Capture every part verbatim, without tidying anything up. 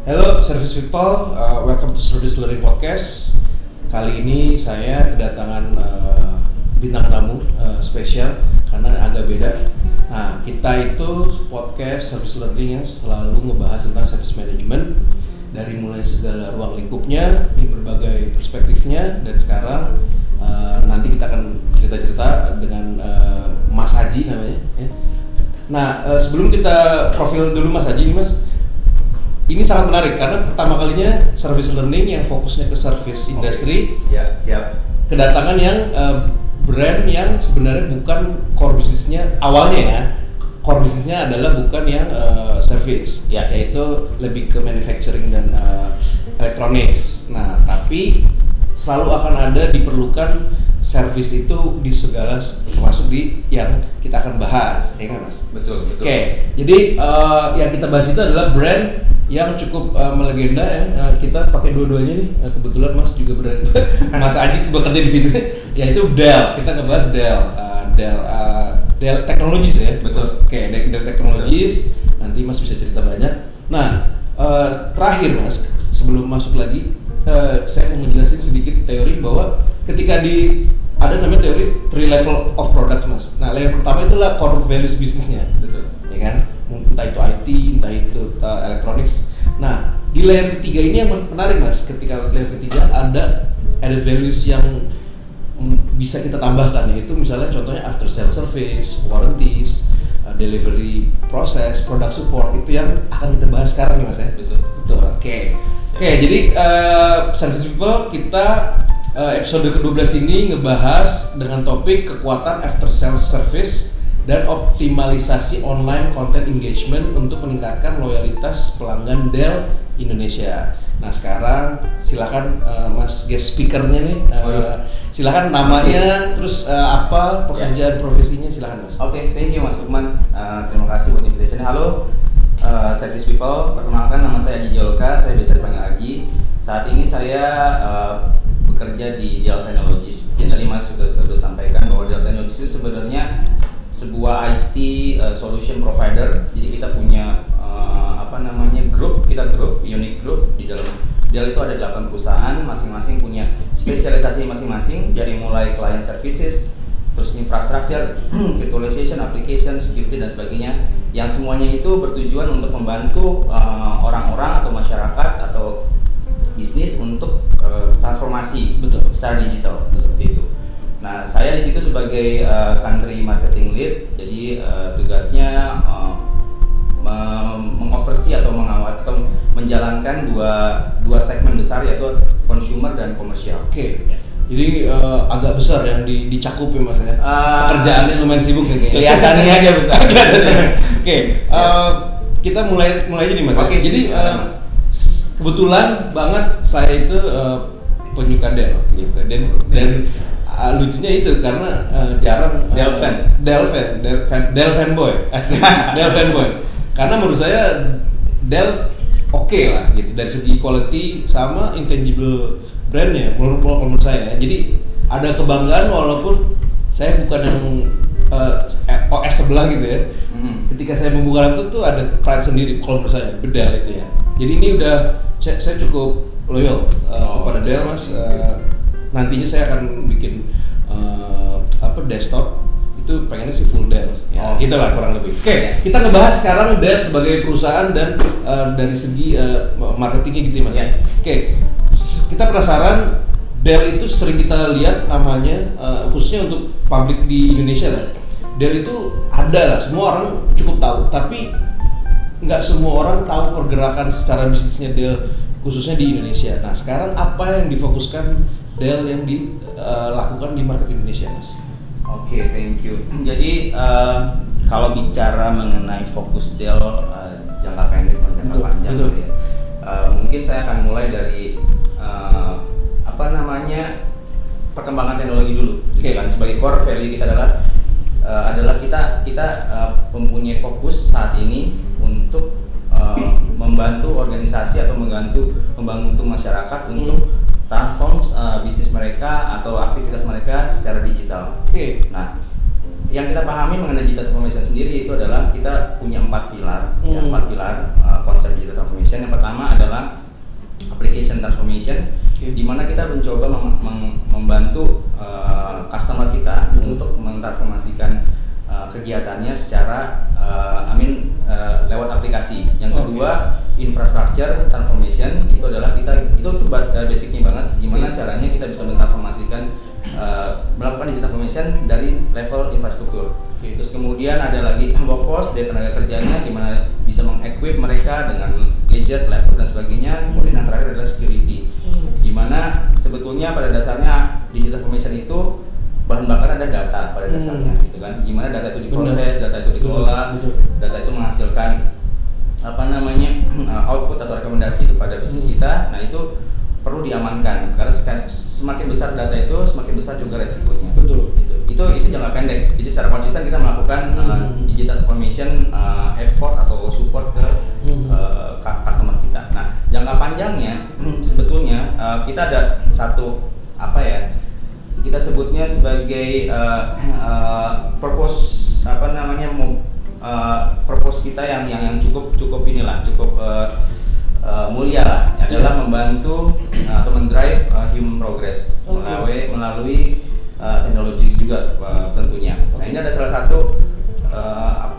Hello Service People, uh, welcome to Service Learning Podcast. Kali ini saya kedatangan uh, bintang tamu uh, spesial karena agak beda. Nah, kita itu podcast Service Learning yang selalu ngebahas tentang service management dari mulai segala ruang lingkupnya, di berbagai perspektifnya, dan sekarang uh, nanti kita akan cerita-cerita dengan uh, Mas Haji namanya. Ya. Nah, uh, sebelum kita profil dulu Mas Haji nih Mas. Ini sangat menarik karena pertama kalinya service learning yang fokusnya ke service industry. Okay. Ya, siap. Kedatangan yang uh, brand yang sebenarnya bukan core bisnisnya awalnya ya. Core bisnisnya adalah bukan yang uh, service, ya. Yaitu lebih ke manufacturing dan uh, electronics. Nah, tapi selalu akan ada diperlukan service itu di segala, termasuk di yang kita akan bahas, ya kan Mas? Betul, betul. Oke, okay. Jadi uh, yang kita bahas itu adalah brand yang cukup uh, melegenda ya. Uh, kita pakai dua-duanya nih. Uh, kebetulan Mas juga berada, Mas Aji bekerja di sini. Yaitu Dell. Kita ngebahas Dell. Uh, Dell, uh, Dell Technologies ya. Betul. Oke, okay, Dell Technologies. Nanti Mas bisa cerita banyak. Nah, uh, terakhir Mas, sebelum masuk lagi, uh, saya mau ngejelasin sedikit teori bahwa ketika di ada namanya teori three level of products Mas. Nah, layer pertama itulah core values bisnisnya. Betul. Ya kan? Entah itu I T, entah itu uh, electronics. Nah, di layer ketiga ini yang menarik Mas, ketika layer ketiga ada added values yang mm, bisa kita tambahkan, yaitu misalnya contohnya after sale service, warranties, uh, delivery process, product support, itu yang akan kita bahas sekarang nih Mas ya. Betul. Betul. Oke. Okay. Oke, okay, jadi uh, Service People kita uh, episode kedua belas ini ngebahas dengan topik kekuatan after sale service dan optimalisasi online content engagement untuk meningkatkan loyalitas pelanggan Dell Indonesia. Nah, sekarang silakan uh, Mas guest speakernya nih, uh, oh, iya. Silakan namanya, terus uh, apa pekerjaan, yeah. Profesinya, silakan Mas. Oke, okay, thank you Mas Lukman. Uh, terima kasih buat invitation. Halo uh, Service People, perkenalkan nama saya Haji Jolka, saya biasa dipanggil Haji. Saat ini saya uh, bekerja di Dell Technologies. Yes. Tadi Mas sudah sudah sampaikan bahwa Dell Technologies itu sebenarnya sebuah I T uh, solution provider. Jadi kita punya uh, apa namanya grup, kita grup, unique group. Di dalam Dell itu ada delapan perusahaan, masing-masing punya spesialisasi masing-masing, dari mulai client services, terus infrastructure, virtualization, application, security dan sebagainya. Yang semuanya itu bertujuan untuk membantu uh, orang-orang atau masyarakat atau bisnis untuk uh, transformasi. Betul. Secara digital, seperti itu. Nah, saya di situ sebagai uh, country marketing lead, jadi uh, tugasnya uh, mengoversi atau mengawal atau menjalankan dua dua segmen besar, yaitu consumer dan komersial. Oke. Okay. Ya. Jadi uh, agak besar yang di, dicakup ya Mas ya. Uh, Pekerjaannya lumayan sibuk nih kayaknya. Kelihatannya aja besar. Oke. Okay. Uh, kita mulai mulai aja nih Mas. Oke. Okay, jadi uh, mas. Kebetulan banget saya itu uh, penyuka Dell gitu, dan dan Uh, lucunya itu karena uh, jarang uh, Dell fan, Dell fan, Dell fan, Dell fanboy, asik, Dell fanboy. Karena menurut saya Dell oke okay lah gitu dari segi quality sama intangible brandnya menurut menurut saya. Jadi ada kebanggaan walaupun saya bukan yang uh, O S sebelah gitu ya. Mm-hmm. Ketika saya membuka laptop tuh ada pride sendiri kalau menurut saya Dell itu ya. Jadi ini udah saya, saya cukup loyal uh, oh, kepada Dell Mas. Uh, nantinya saya akan bikin uh, apa desktop itu pengennya sih full Dell ya, oh, gitu lah kurang lebih. Oke, okay, kita ngebahas sekarang Dell sebagai perusahaan dan uh, dari segi uh, marketingnya gitu ya Mas. Yeah. Oke, okay. Kita penasaran Dell itu sering kita lihat namanya uh, khususnya untuk publik di Indonesia lah. Dell itu ada lah, semua orang cukup tahu, tapi nggak semua orang tahu pergerakan secara bisnisnya Dell khususnya di Indonesia. Nah, sekarang apa yang difokuskan Dell yang dilakukan uh, di market Indonesia, Mas? Oke, okay, thank you. Jadi uh, kalau bicara mengenai fokus Dell uh, jangka pendek dan jangka betul, panjang, betul. Ya, uh, mungkin saya akan mulai dari uh, apa namanya perkembangan teknologi dulu. Okay. Gitu kan? Sebagai core value kita adalah uh, adalah kita kita uh, mempunyai fokus saat ini untuk uh, membantu organisasi atau membantu membantu masyarakat hmm. untuk transform uh, bisnis mereka atau aktivitas mereka secara digital. Oke. Okay. Nah, yang kita pahami mengenai digital transformation sendiri itu adalah kita punya empat pilar, hmm. ya, empat pilar uh, konsep digital transformation. Yang pertama adalah application transformation, okay. di mana kita mencoba mem- mem- membantu uh, customer kita mm-hmm. untuk mentransformasikan uh, kegiatannya secara uh, I mean uh, lewat aplikasi. Yang kedua, okay. infrastructure transformation, itu adalah kita itu itu basicnya banget gimana okay. caranya kita bisa mentransformasikan uh, melakukan digital transformation dari level infrastruktur. Okay. Terus kemudian ada lagi workforce dari tenaga kerjanya, gimana bisa mengequip mereka dengan gadget, laptop dan sebagainya. Kemudian yang terakhir adalah security, hmm. gimana sebetulnya pada dasarnya digital transformation itu bahan bakar ada data pada dasarnya, hmm. gitu kan. Gimana data itu diproses, benar. Data itu dikelola, betul, betul. Data itu menghasilkan apa namanya output atau rekomendasi kepada bisnis hmm. kita. Nah itu perlu diamankan karena semakin besar data itu semakin besar juga resikonya. Betul. Itu itu itu jangka pendek. Jadi secara konsisten kita melakukan hmm. uh, digital transformation uh, effort atau support ke hmm. uh, customer kita. Nah jangka panjangnya sebetulnya uh, kita ada satu apa ya kita sebutnya sebagai uh, uh, purpose apa namanya uh, purpose kita yang yang yang cukup cukup inilah cukup uh, Uh, mulia lah, adalah yeah. membantu uh, atau mendrive uh, human progress okay. melalui melalui uh, teknologi juga uh, tentunya. Okay. Nah ini ada salah satu uh,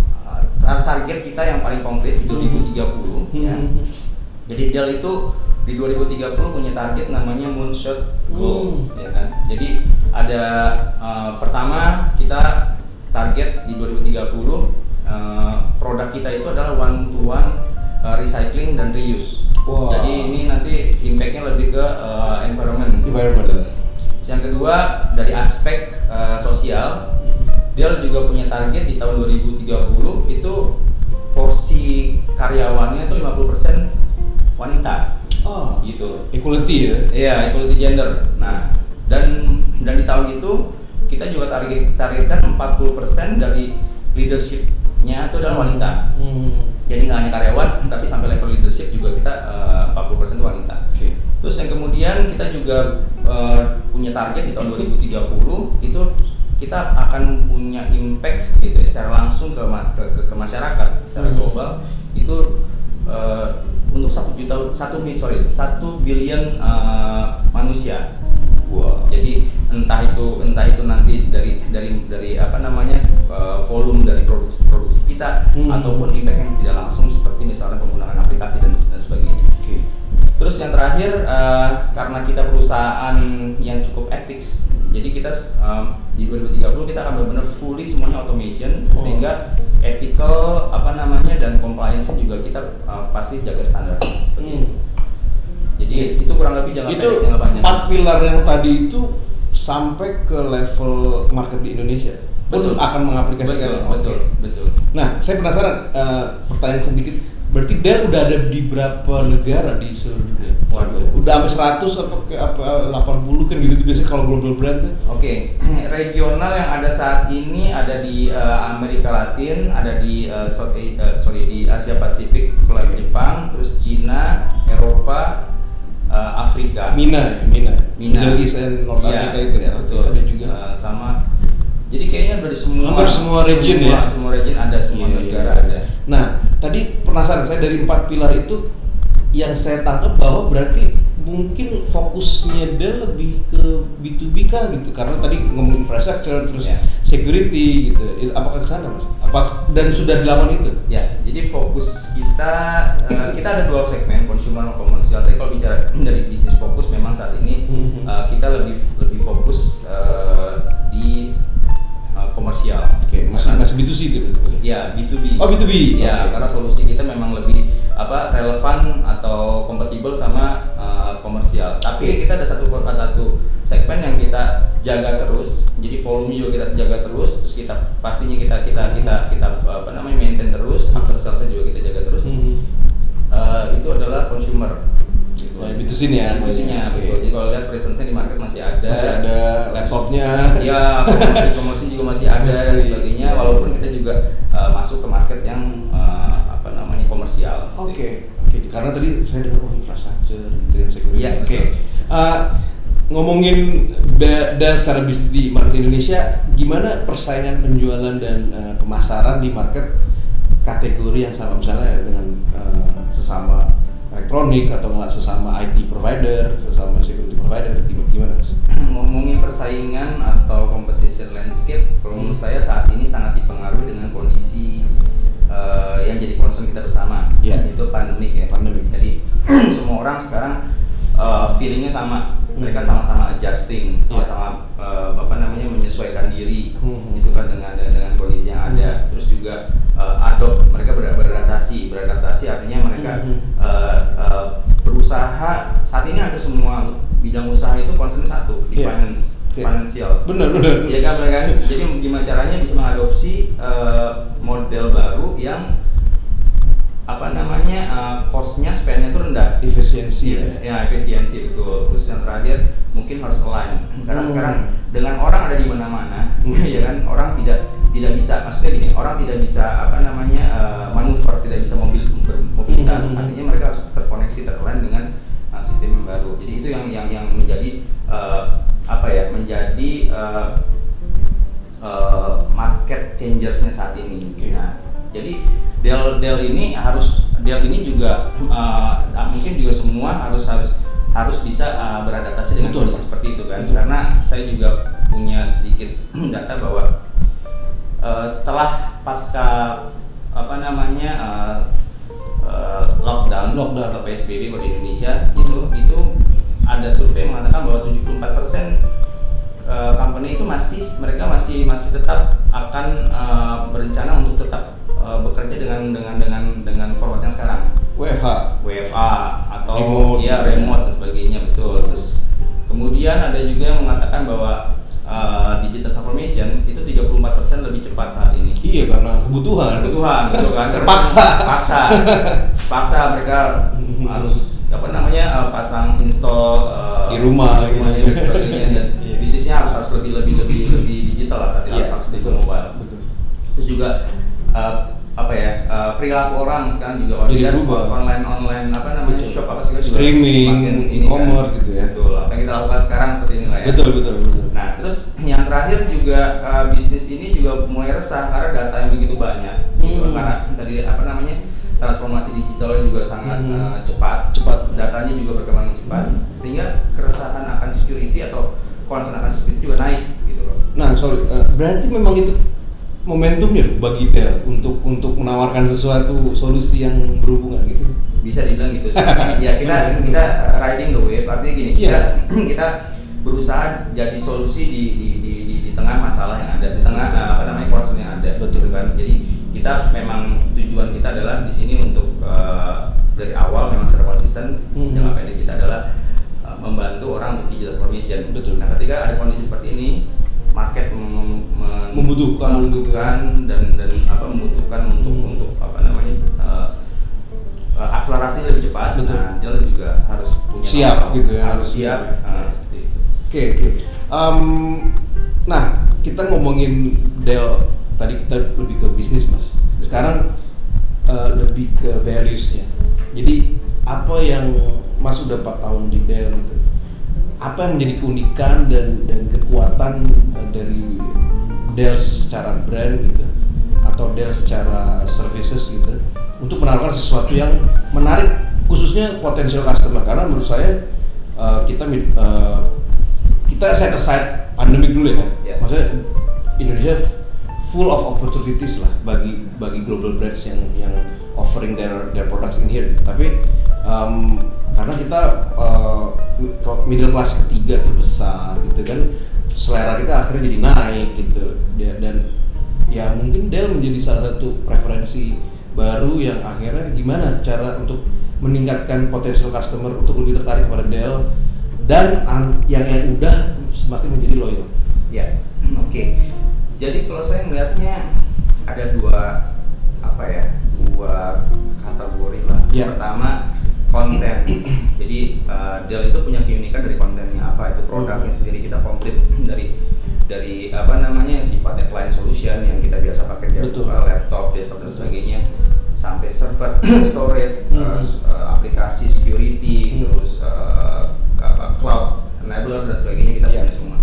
target kita yang paling konkret di dua ribu tiga puluh. Mm-hmm. Ya. Jadi Dell itu di dua ribu tiga puluh punya target namanya Moonshot Goals, mm. ya kan. Jadi ada uh, pertama kita target di dua ribu tiga puluh uh, produk kita itu adalah one to one recycling dan reuse. Wow. Jadi ini nanti impact-nya lebih ke uh, environment. Environment. Yang kedua dari aspek uh, sosial, dia juga punya target di tahun dua ribu tiga puluh itu porsi karyawannya itu lima puluh persen wanita. Oh, gitu. Equality ya? Iya, equality gender. Nah, dan dan di tahun itu kita juga target targetkan empat puluh persen dari leadership-nya itu adalah wanita. Hmm. Jadi nggak hanya karyawan, tapi sampai level leadership juga kita uh, empat puluh persen itu wanita. Okay. Terus yang kemudian kita juga uh, punya target di tahun dua ribu tiga puluh itu kita akan punya impact gitu secara langsung ke ke, ke, ke masyarakat secara hmm. global itu uh, untuk satu juta satu sorry satu billion uh, manusia. Wow. Jadi entah itu entah itu nanti dari dari dari apa namanya uh, volume dari produksi produksi kita hmm. ataupun impact yang tidak langsung seperti misalnya penggunaan aplikasi dan, dan sebagainya. Okay. Terus yang terakhir uh, karena kita perusahaan yang cukup ethics, jadi kita um, di dua ribu tiga puluh kita akan benar-benar fully semuanya automation oh. sehingga ethical apa namanya dan compliance juga kita uh, pasti jaga standar. Hmm. Jadi itu kurang lebih jangka pendek jangka panjang. Empat pilar yang tadi itu sampai ke level market di Indonesia pun akan mengaplikasikan. Betul, okay. betul, betul. Nah, saya penasaran uh, pertanyaan sedikit. Berarti Dell udah ada di berapa negara di seluruh dunia? Waduh, udah sampai seratus atau ke apa delapan puluh kan gitu biasanya kalau global brand kan? Oke, okay. Regional yang ada saat ini ada di uh, Amerika Latin, ada di uh, South, uh, sorry di Asia Pasifik plus okay. Jepang, terus Cina, Eropa, uh, Afrika. Mina, Mina, Mina. Middle East and North yeah, Africa itu ya. Betul. Ada juga uh, sama. Jadi kayaknya dari semua hampir semua region semua, ya. Semua region ada, semua yeah, negara yeah. ada. Nah, tadi penasaran saya dari empat pilar itu yang saya tangkap bahwa berarti mungkin fokusnya Dell lebih ke B to B kah gitu karena tadi ngomong infrastructure terus yeah. security gitu. Apakah ke sana Mas? Apa dan sudah dilakukan itu? Ya, jadi fokus kita uh, kita ada dua segmen consumer dan komersial. Tapi kalau bicara dari bisnis fokus memang saat ini mm-hmm. uh, kita lebih lebih fokus uh, di uh, komersial. Oke, okay. masih masih B to C itu betul. Ya, B to B. Oh, B to B. Ya, okay. Karena solusi kita memang lebih apa relevan atau kompatibel sama uh, komersial. Tapi okay. kita ada satu satu segmen yang kita jaga terus. Jadi volume juga kita jaga terus. Terus kita pastinya kita kita kita kita apa namanya maintain terus. After sales juga kita jaga terus. Mm-hmm. Uh, itu adalah consumer. Gitu. Oh, B to C ya. B to C-nya okay. betul. Jadi kalau lihat presence-nya di market masih ada. Masih ada laptopnya. Ya, promosi-promosi juga masih ada masih, dan sebagainya. Ya. Walaupun kita juga uh, masuk ke market yang uh, apa namanya komersial. Oke. Okay. Oke. Okay. Karena tadi saya dengar oh infrastructure gitu yang security. Iya. Oke. Okay. Uh, ngomongin Dell secara bisnis di market Indonesia, gimana persaingan penjualan dan uh, pemasaran di market kategori yang sama misalnya dengan uh, sesama elektronik atau nggak sesama I T provider, sesama security provider, gimana mas? Ngomongin persaingan atau competition landscape, kalau menurut saya saat ini sangat dipengaruhi dengan kondisi uh, yang jadi concern kita bersama, yeah. yaitu pandemik ya. Pandemik. Jadi semua orang sekarang uh, feelingnya sama, mereka sama-sama adjusting, sama-sama uh, apa namanya menyesuaikan diri, hmm. itu kan dengan dengan kondisi yang ada. Hmm. Terus juga uh, adopt, mereka ber beradaptasi, beradaptasi artinya mereka hmm. uh, uh, berusaha. Saat ini hampir semua bidang usaha itu concern satu di yeah. finance, yeah. financial. Benar benar. Iya kan mereka. Jadi gimana caranya bisa mengadopsi uh, model baru yang apa namanya uh, cost-nya, spend-nya itu rendah, efisiensi ya, ya efisiensi betul. Terus yang terakhir mungkin harus align karena hmm. sekarang dengan orang ada di mana-mana, hmm. ya kan orang tidak tidak bisa, maksudnya gini, orang tidak bisa apa namanya uh, manuver, tidak bisa mobil bermobilitas, hmm. artinya mereka harus terkoneksi, ter-align dengan uh, sistem yang baru. Jadi itu yang yang yang menjadi uh, apa ya, menjadi uh, uh, market changersnya saat ini. Okay. Nah, jadi Dell Dell ini harus Dell ini juga uh, mungkin juga semua harus harus harus bisa uh, beradaptasi dengan Betul. kondisi seperti itu kan. Betul. Karena saya juga punya sedikit data bahwa uh, setelah pasca apa namanya uh, uh, lockdown, lockdown atau P S B B kalau di Indonesia itu itu ada survei yang mengatakan bahwa tujuh puluh empat persen uh, company itu masih mereka masih masih tetap akan uh, berencana untuk tetap Uh, bekerja dengan dengan dengan dengan format yang sekarang, W F H, W F H atau remote, ya remote dan sebagainya, betul. Terus kemudian ada juga yang mengatakan bahwa uh, digital transformation itu tiga puluh empat persen lebih cepat saat ini. Iya, karena kebutuhan. Kebutuhan, betul kan? Terpaksa. Paksa, paksa mereka harus apa namanya uh, pasang install uh, di rumah, di rumah gitu. dan sebagainya, dan yeah. bisnisnya harus harus lebih lebih lebih lebih digital lah saat ini, yeah, harus lebih mobile. Betul. Terus juga uh, apa ya uh, perilaku orang sekarang juga jadi berubah, online online apa namanya betul. Shop apa sih juga streaming, e-commerce kan, gitu ya. Betul, apa yang kita lakukan sekarang seperti ini lah ya. Betul betul betul. Nah terus yang terakhir juga uh, bisnis ini juga mulai resah karena data yang begitu banyak. Hmm. Gitu, karena tadi apa namanya transformasi digitalnya juga sangat hmm. uh, cepat, cepat. Datanya juga berkembang cepat, hmm. sehingga keresahan akan security atau concern akan security juga naik gitu loh. Nah sorry, uh, berarti memang itu momentumnya bagi Dell untuk untuk menawarkan sesuatu solusi yang berhubungan gitu. Bisa dibilang gitu sih. Ya kita kita riding the wave, artinya gini, yeah. kita kita berusaha jadi solusi di di, di di di tengah masalah yang ada, di tengah uh, apa namanya concern yang ada. Betul kan. Jadi kita memang tujuan kita adalah di sini untuk uh, dari awal memang secara konsisten hmm. jangka pendek kita adalah uh, membantu orang untuk digital transformation. Betul. Nah ketika ada kondisi seperti ini, market mem mem membutuhkan, membutuhkan dan dan apa membutuhkan untuk hmm. untuk apa namanya uh, uh, akselerasi lebih cepat. Betul. Nah, dia juga harus punya siap apa, gitu ya, harus siap. siap. Ya. Uh, seperti itu. Oke okay, oke. Okay. Um, nah kita ngomongin Dell tadi kita lebih ke bisnis mas. Sekarang uh, lebih ke values-nya. Jadi apa yang mas udah empat tahun di Dell itu? Apa yang menjadi keunikan dan dan kekuatan uh, dari Dell secara brand gitu atau Dell secara services gitu untuk menawarkan sesuatu yang menarik khususnya potensial customer, karena menurut saya uh, kita uh, kita set aside pandemik dulu ya, yeah. maksudnya Indonesia full of opportunities lah bagi bagi global brands yang yang offering their their products in here, tapi um, karena kita uh, middle class ketiga terbesar gitu kan, selera kita akhirnya jadi naik gitu, dan ya mungkin Dell menjadi salah satu preferensi baru yang akhirnya gimana cara untuk meningkatkan potensial customer untuk lebih tertarik kepada Dell dan yang yang udah semakin menjadi loyal. Ya, oke. Okay. Jadi kalau saya melihatnya ada dua apa ya, dua kategori lah. Ya. Pertama konten. Jadi uh, Dell itu punya keunikan dari kontennya, apa itu produknya hmm. sendiri kita komplit dari dari apa namanya sifatnya client solution yang kita biasa pakai di uh, laptop, desktop dan sebagainya, sampai server, storage, hmm. uh, uh, aplikasi security, hmm. terus uh, apa, cloud enabler dan sebagainya kita yeah. punya semua.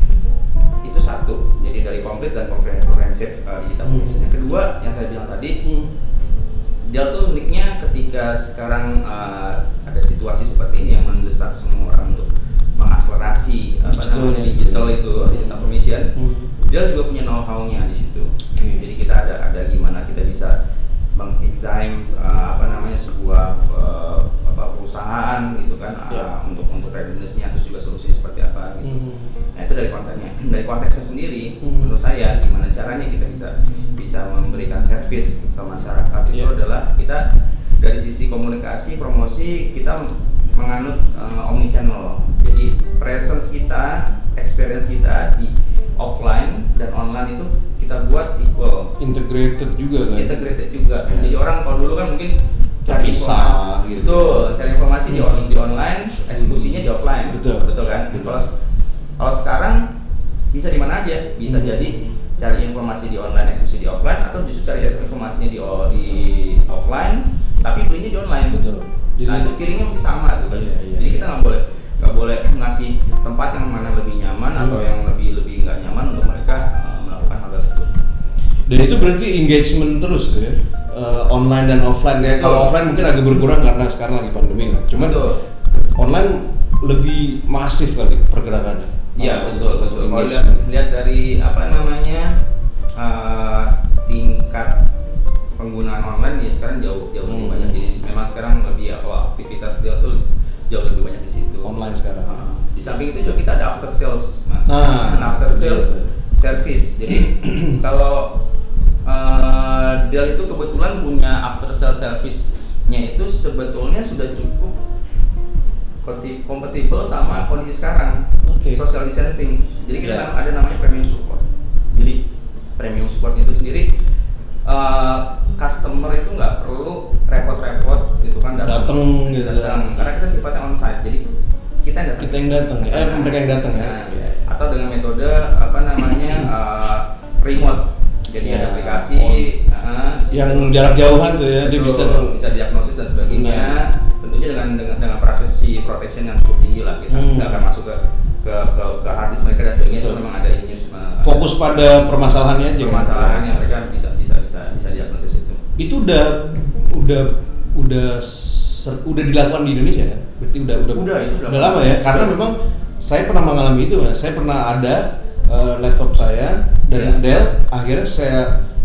Itu satu. Jadi dari komplit dan komprehensif uh, digital transformation. Hmm. Yang kedua yang saya bilang tadi, hmm. Dell tuh uniknya ketika sekarang uh, ada situasi seperti ini yang mendesak semua orang untuk mengakselerasi apa namanya digital itu, digital transformation. Hmm. Dell juga punya know-how-nya di situ. Okay. Jadi kita ada ada gimana kita bisa mengexamine uh, apa namanya sebuah uh, apa perusahaan gitu kan yeah. uh, untuk untuk readiness-nya, terus juga solusinya seperti apa gitu. Hmm. Nah itu dari kontennya, dari konteksnya sendiri hmm. menurut saya gimana caranya kita bisa bisa memberikan service ke masyarakat itu yeah. adalah kita dari sisi komunikasi promosi kita menganut uh, omni channel. Jadi presence kita, experience kita di offline dan online itu kita buat equal, integrated juga kan? Integrated juga. Yeah. Jadi orang kalau dulu kan mungkin cari bisa, informasi, gitu. Betul, cari informasi hmm. di, on, di online, eksekusinya di offline, betul, betul kan? Kalau kalau sekarang bisa di mana aja, bisa hmm. jadi cari informasi di online, eksekusi di offline, atau justru cari informasinya di di offline, tapi belinya di online, betul. Jadi, nah itu feelingnya masih sama tuh kan? Iya, iya, jadi kita nggak boleh nggak boleh ngasih tempat yang mana lebih nyaman hmm. atau yang lebih lebih nggak nyaman untuk mereka uh, melakukan hal tersebut. Dan itu berarti engagement terus tuh ya, uh, online dan offline ya. Kalau offline mungkin agak berkurang karena sekarang lagi pandemi lah. Cuman betul. Online lebih masif kali pergerakannya. Iya uh, betul betul. Kalau lihat lihat dari apa namanya uh, tingkat penggunaan online ya sekarang jauh jauh lebih hmm. banyak. Jadi memang sekarang lebih kalau aktivitas dia tuh jauh lebih banyak di situ. Online sekarang. Uh, di samping itu juga kita ada after sales, mas. Ah, after sales yes. service. Jadi kalau uh, Dell itu kebetulan punya after sales service-nya itu sebetulnya sudah cukup kompatibel sama kondisi sekarang. Okay. Social distancing. Jadi kita yeah. ada namanya premium support. Jadi premium support itu sendiri uh, customer itu nggak perlu repot-repot gitu kan datang gitu datang karena kita sifatnya onsite, jadi kita yang datang kita yang datang ya eh, mereka yang datang ya nah, yeah. atau dengan metode apa namanya uh, remote, jadi yeah. ada aplikasi oh. uh, yang jarak jauhan tuh ya, dia bisa bisa diagnosis dan sebagainya. Nah. Tentunya dengan dengan dengan privacy protection yang cukup tinggi lah, kita hmm. nggak akan masuk ke ke ke, ke hard disk mereka dan sebagainya. Itu memang ada ininya uh, fokus pada permasalahannya aja, permasalahannya kan? Mereka bisa bisa bisa bisa diagnosis itu. Itu udah udah udah ser, udah dilakukan di Indonesia kan? Berarti udah udah udah, itu udah lama ya? Karena memang saya pernah mengalami itu, Mas. Saya pernah ada uh, laptop saya dari yeah. Dell, akhirnya saya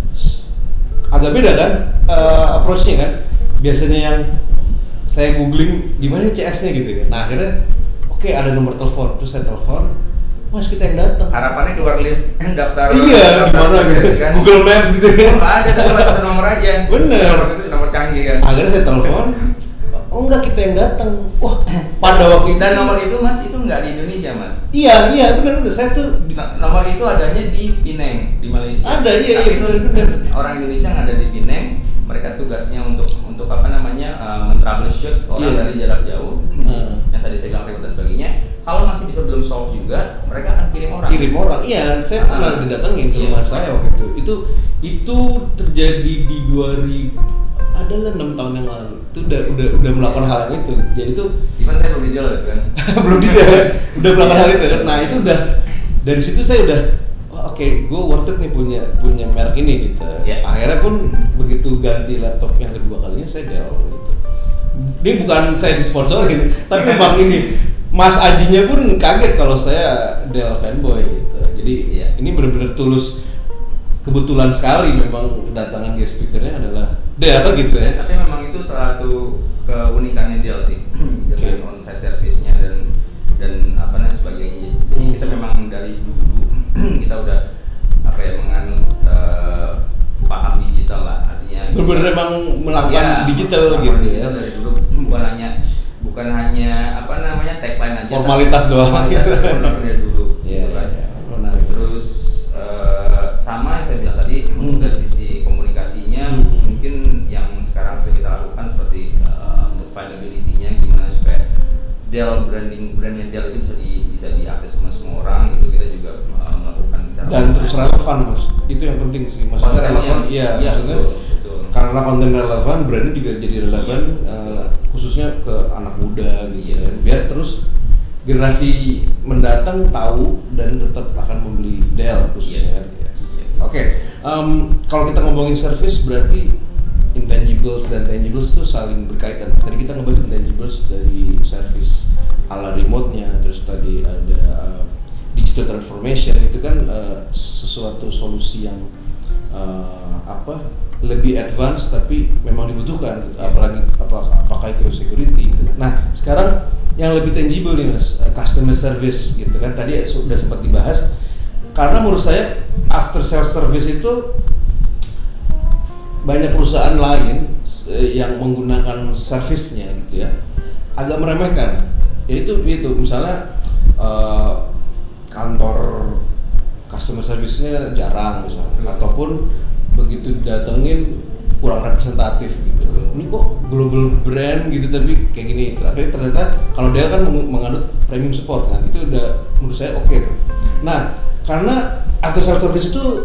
agak beda kan uh, approach-nya kan. Biasanya yang saya googling di mana C S-nya gitu ya. Nah, akhirnya oke okay, ada nomor telepon, terus saya telepon, Mas kita yang datang. Harapannya keluar list daftar. Iya, gimana gitu kan? Google Maps gitu kan? Nggak ada, cuma satu nomor aja. Bener. Nomor itu nomor canggih kan. Akhirnya saya telepon, oh enggak kita yang datang. Wah, pada waktu itu. Dan nomor itu Mas itu nggak di Indonesia Mas? Iya iya benar benar. Saya tuh nah, nomor itu adanya di Penang di Malaysia. Ada iya iya. Itu orang Indonesia yang ada di Penang. Mereka tugasnya untuk untuk apa namanya uh, men-troubleshoot orang yeah. dari jarak jauh hmm. yang tadi saya bilang ribet dan sebagainya. Kalau masih bisa belum solve juga, mereka akan kirim orang. Kirim orang, iya. Saya uh, pernah didatengin ke rumah iya. saya waktu itu. Itu itu terjadi di dua ribu adalah enam tahun yang lalu. Itu udah udah udah melakukan hal yang itu. Jadi itu. Even saya belum di Dell itu kan. belum di Dell. Udah melakukan hal itu kan. Nah itu udah dari situ saya udah oke, okay, gue worth it nih punya punya merek ini gitu. Yeah. Akhirnya pun begitu ganti laptop yang kedua kalinya saya Dell gitu. Ini bukan saya disponsorin, tapi memang ini Mas Ajinya pun kaget kalau saya Dell fanboy gitu. Jadi yeah. ini benar-benar tulus, kebetulan sekali memang kedatangan guest speakernya adalah Dell gitu ya. Tapi memang itu salah satu keunikannya Dell sih dengan okay. on-site service-nya dan dan apa namanya sebagainya. Jadi kita memang dari dulu kita udah apa ya menganut uh, paham digital lah, artinya benar-benar emang melakukan ya, gitu digital gitu ya dari dulu, bukan hanya bukan hanya apa namanya tagline aja formalitas doang gitu dari dulu yeah, gitu kan yeah, yeah. Terus uh, sama yang saya bilang tadi hmm. untuk dari sisi komunikasinya hmm. mungkin yang sekarang sedang kita lakukan seperti uh, untuk findability-nya gimana supaya Dell branding brandnya Dell itu bisa di bisa diakses sama semua orang, itu kita juga uh, melakukan secara dan terus relevan Mas, itu yang penting sih maksudnya relevan iya ya, maksudnya betul, betul. Karena konten relevan brandnya juga jadi relevan ya, uh, khususnya ke anak muda gitu ya. Biar terus generasi mendatang tahu dan tetap akan membeli Dell khususnya. Yes. Yes. Yes. Oke, okay. um, kalau kita ngomongin service berarti intangibles dan tangibles itu saling berkaitan. Tadi kita ngebahas intangibles dari service ala remote-nya, terus tadi ada uh, digital transformation, itu kan uh, sesuatu solusi yang uh, apa lebih advance tapi memang dibutuhkan gitu. Apalagi apa, apakah itu security gitu. Nah sekarang yang lebih tangible nih mas, uh, customer service gitu kan, tadi sudah sempat dibahas. Karena menurut saya after sales service itu banyak perusahaan lain uh, yang menggunakan service-nya gitu ya agak meremehkan. Yaitu itu misalnya uh, kantor customer service-nya jarang misalnya, ataupun begitu datengin kurang representatif gitu. Ini kok global brand gitu tapi kayak gini. Tapi ternyata kalau dia kan menganut premium support kan, itu udah menurut saya oke okay tuh. Nah, karena after sales service itu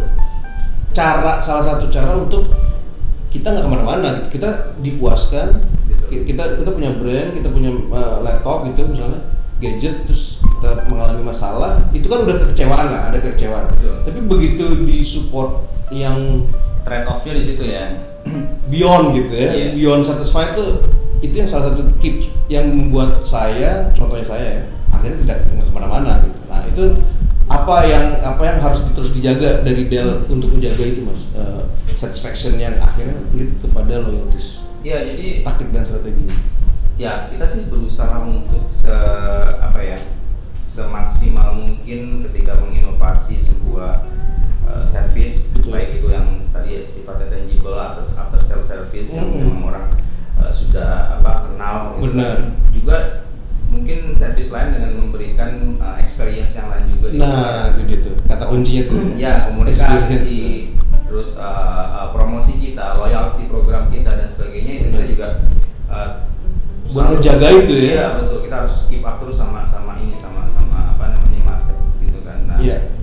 cara salah satu cara untuk kita nggak kemana-mana, gitu. Kita dipuaskan, kita kita punya brand, kita punya uh, laptop gitu misalnya, gadget, terus kita mengalami masalah, itu kan udah kekecewaan lah, ada kekecewaan. Betul. Tapi begitu di support yang trade off-nya di situ ya, beyond gitu ya, yeah. Beyond satisfied tuh itu yang salah satu keep yang membuat saya, contohnya saya ya, akhirnya tidak kemana-mana gitu. Nah itu apa yang apa yang harus terus dijaga dari Dell untuk menjaga itu mas, uh, satisfaction yang akhirnya lead kepada loyalties. Iya, jadi taktik dan strategi. Ya kita sih berusaha untuk se apa ya semaksimal mungkin ketika menginovasi sebuah uh, service. Betul. Baik itu yang tadi sifatnya tangible atau after sales service, mm-hmm. yang memang orang uh, sudah apa kenal. Benar. Gitu. Juga mungkin service lain dengan memberikan uh, experience yang lain juga. Nah itu gitu kata kuncinya tuh. Ya komunikasi, terus uh, uh, promosi kita, loyalty program kita dan sebagainya itu kita juga uh, buat ngejaga itu ya. Iya betul, kita harus keep up terus sama sama ini sama sama apa namanya market gitu kan. Nah, iya.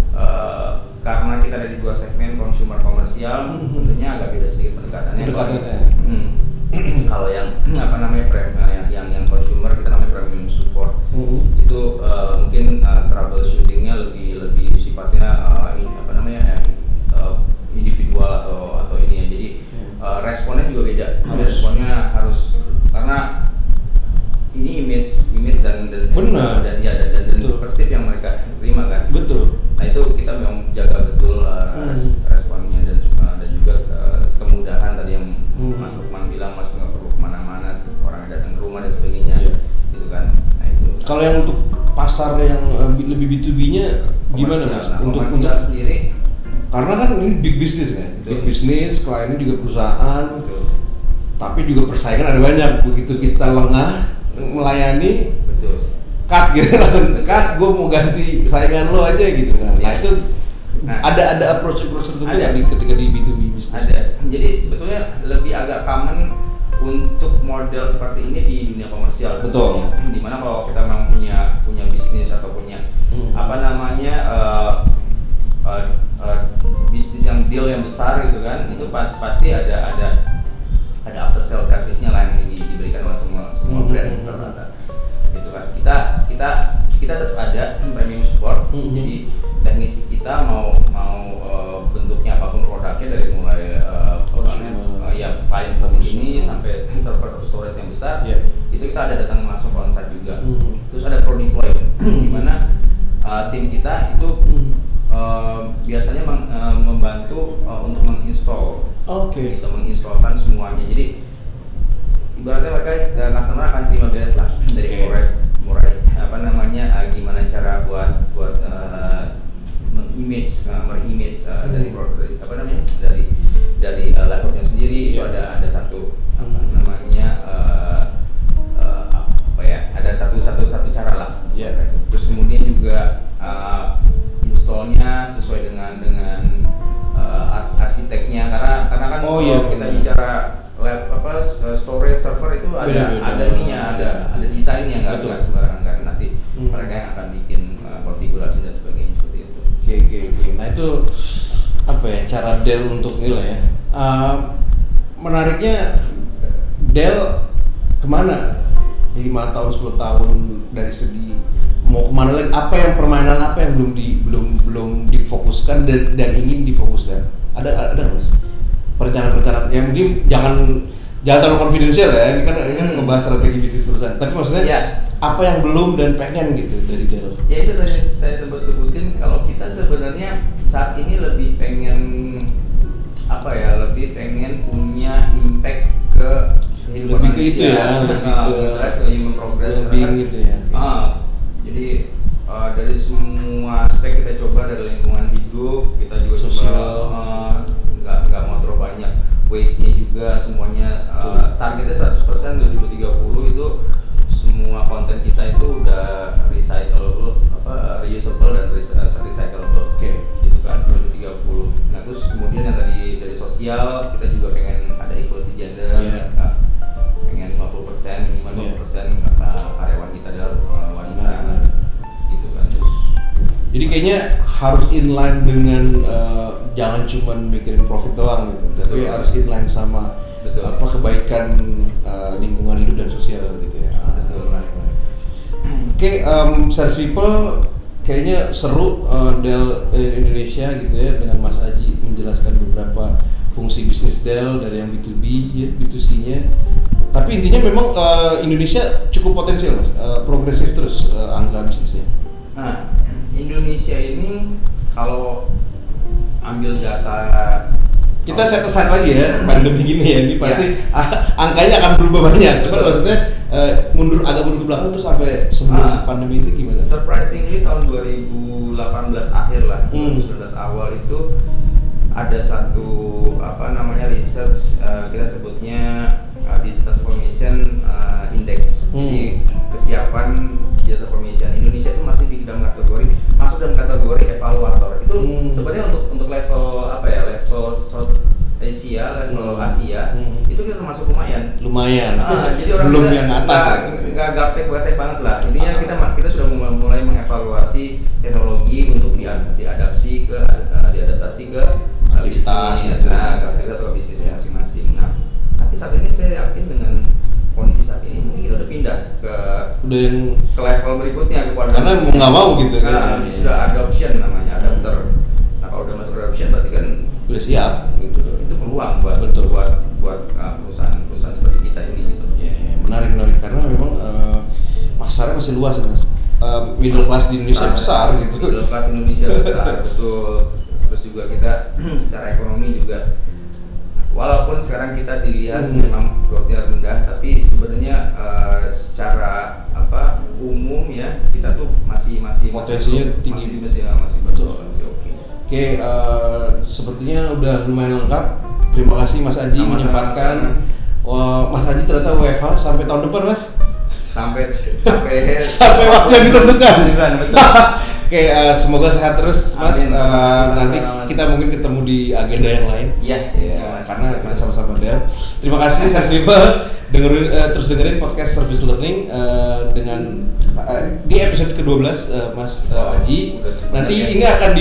uh, karena kita ada di dua segmen consumer komersial, mm-hmm. tentunya agak beda sedikit pendekatannya. Pendekatannya. Hmm, kalau yang apa namanya premium, yang yang yang consumer kita namanya premium support, mm-hmm. itu uh, mungkin uh, troubleshootingnya lebih lebih sifatnya uh, ini, apa namanya uh, individual atau atau ini ya. Jadi uh, responnya juga beda. Harus. Responnya harus karena ini image image dan dan benar. dan ya dan dan, dan persif yang mereka terima kan. Betul. Nah itu kita memang jaga betul uh, hmm. responnya dan uh, dan juga uh, kemudahan tadi yang hmm. Mas Lukman bilang, Mas nggak perlu kemana-mana, orang datang ke rumah dan sebagainya, yeah. gitu kan. Nah itu. Kalau yang untuk pasar yang uh, lebih B to B-nya gimana mas? Nah, untuk untuk sendiri, karena kan ini big business kan, betul. Big business, kliennya juga perusahaan, betul. Tapi juga persaingan ada banyak. Begitu kita lengah melayani, betul. Cut gitu langsung cut, gue mau ganti saingan lo aja gitu kan. Nah itu nah, ada ada approach approach tertentu ya di ketika di B to B bisnis. Ada. Jadi sebetulnya lebih agak common untuk model seperti ini di dunia komersial. Betul. Dimana kalau kita memang punya punya bisnis atau punya hmm. apa namanya uh, uh, uh, bisnis yang deal yang besar gitu kan, hmm. itu pas, pasti ada ada ada after sales service-nya lah yang di, diberikan oleh semua semua hmm. brand rata-rata. Gitu kan. Kita kita kita tetap ada premium support. Mm-hmm. Jadi teknisi kita mau mau uh, bentuknya apapun produknya dari mulai uh, uh, ya paling seperti ini sampai server storage yang besar, yeah. itu kita ada datang langsung onsite juga. Mm-hmm. Terus ada pro deploy di mana uh, tim kita itu uh, biasanya meng, uh, membantu uh, untuk menginstall, okay. gitu, menginstalkan semuanya. Jadi ibaratnya mereka uh, customer akan terima beres lah dari okay. mulai mulai apa namanya uh, gimana cara buat buat uh, image uh, merimage uh, hmm. dari, dari apa namanya dari dari uh, laptopnya sendiri, yeah. itu ada ada satu hmm. apa namanya uh, uh, apa ya ada satu satu satu cara lah, yeah. terus kemudian juga uh, installnya sesuai dengan dengan uh, arsiteknya, karena karena kan oh, kalau yeah. kita bicara lab apa storage server itu ada beda, beda. ada ininya ada ada desainnya, nggak nggak sembarangan kan, nanti hmm. mereka yang akan bikin uh, konfigurasi dan sebagainya seperti itu. Oke oke oke. Nah itu apa ya cara Dell untuk nilai ya? Uh, menariknya Dell kemana? lima tahun sepuluh tahun dari segi mau kemana lagi? Apa yang permainan apa yang belum di belum belum difokuskan dan, dan ingin difokuskan? Ada ada nggak mas? Perencanaan-perencanaan ya mungkin jangan jangan terlalu confidential ya, ini kan ini kan ngebahas strategi bisnis perusahaan. Tapi maksudnya ya. apa yang belum dan pengen gitu dari Dell? Ya itu tadi saya sempat sebutin, kalau kita sebenarnya saat ini lebih pengen apa ya, lebih pengen punya impact ke kehidupan lebih ke itu manusia, ya, lebih nah, ke drive ke human progress, lebih karena, gitu ya. ah, jadi uh, dari semua aspek kita coba, dari lingkungan hidup kita juga Sosial. coba uh, nggak nggak mau terlalu banyak waste-nya juga, semuanya uh, targetnya seratus persen dua ribu tiga puluh itu semua konten kita itu udah recyclable, apa reusable dan recyclable. Oke. Okay. Gitu kan dua ribu tiga puluh. Nah, terus kemudian yang tadi dari sosial kita juga pengen ada equality gender. Yeah. Nah, pengen lima puluh persen minimal lima puluh persen yeah. karyawan kita adalah uh, wanita. Nah, gitu kan. Terus jadi kayaknya harus inline dengan uh, jangan cuma mikirin profit doang gitu, tapi betul. harus inline sama betul. apa kebaikan uh, lingkungan hidup dan sosial gitu ya. Betul. Nah, nah. Oke, okay, um, Service People kayaknya seru uh, Dell eh, Indonesia gitu ya, dengan Mas Aji menjelaskan beberapa fungsi bisnis Dell dari yang B to B ya, B to C-nya. Tapi intinya memang uh, Indonesia cukup potensial, Mas. Uh, progresif terus uh, angka bisnisnya. Nah, Indonesia ini kalau ambil data kita set aside lagi ya, pandemi gini ya, ini pasti yeah. angkanya akan berubah banyak. Cuman maksudnya uh, mundur agak mundur ke belakang terus sampai sebelum nah, pandemi itu gimana? Surprisingly tahun dua ribu delapan belas akhir lah, hmm. dua ribu sembilan belas awal itu ada satu apa namanya research, uh, kita sebutnya uh, Digital Transformation uh, Index. Hmm. Jadi kesiapan Digital Transformation Indonesia itu masih di dalam kategori, masuk dalam kategori evaluator. Itu hmm. sebenarnya untuk untuk level apa ya, level South Asia, level hmm. Asia hmm. itu kita termasuk lumayan. Lumayan. Ah, jadi orang belum kita yang atas. Nggak gaptek-gaptek banget lah. Intinya ah. kita kita sudah mulai, mulai mengevaluasi teknologi untuk diadaptasi ke uh, diadaptasi ke aktivitas, bisnis, nah, kita atau bisnisnya masing-masing. Nah, tapi saat ini saya yakin dengan kondisi saat ini mungkin kita udah pindah ke udah yang ke level berikutnya, ke karena mau nggak mau gitu nah, kan. Ini sudah adoption namanya, adapter. Nah, kalau udah masuk adoption berarti kan udah siap gitu. Itu peluang buat Betul. buat buat uh, perusahaan-perusahaan seperti kita ini gitu. Ya, yeah, menarik menarik karena memang uh, pasarnya masih luas Mas. Uh, middle class di Indonesia besar, besar gitu. Middle class Indonesia besar, betul. Terus juga kita secara ekonomi juga, walaupun sekarang kita dilihat hmm. memang growth-nya rendah, tapi sebenarnya uh, secara apa umum ya kita tuh masih masih potensinya masih, tinggi, masih masih masih betul, masih oke. Okay. Oke, okay, uh, sepertinya udah lumayan lengkap. Terima kasih Mas Aji menyempatkan. Wah, Mas Aji ternyata W F H sampai tahun depan Mas. Sampai sampai sampai waktu yang ditentukan. Betul. Oke, uh, semoga sehat terus Mas. Amin. Uh, nanti mas. kita mungkin ketemu di agenda yang lain. Iya, ya, karena kita sama-sama Dell. Terima kasih Service People, dengerin uh, terus dengerin podcast Service Learning uh, dengan uh, di episode kedua belas uh, Mas uh, Aji. Nanti ya. Ini akan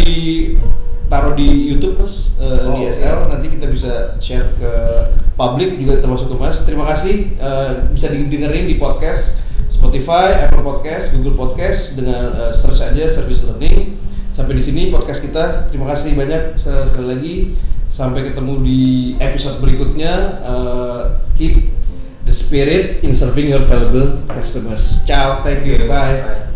ditaruh di YouTube Mas, uh, oh, di S L. Okay. Nanti kita bisa share ke publik juga termasuk ke Mas. Terima kasih uh, bisa didengerin di podcast Spotify, Apple Podcast, Google Podcast dengan uh, search aja Service Learning. Sampai di sini podcast kita. Terima kasih banyak sekali lagi. Sampai ketemu di episode berikutnya. Uh, keep the spirit in serving your valuable customers. Ciao, thank you, bye. Bye.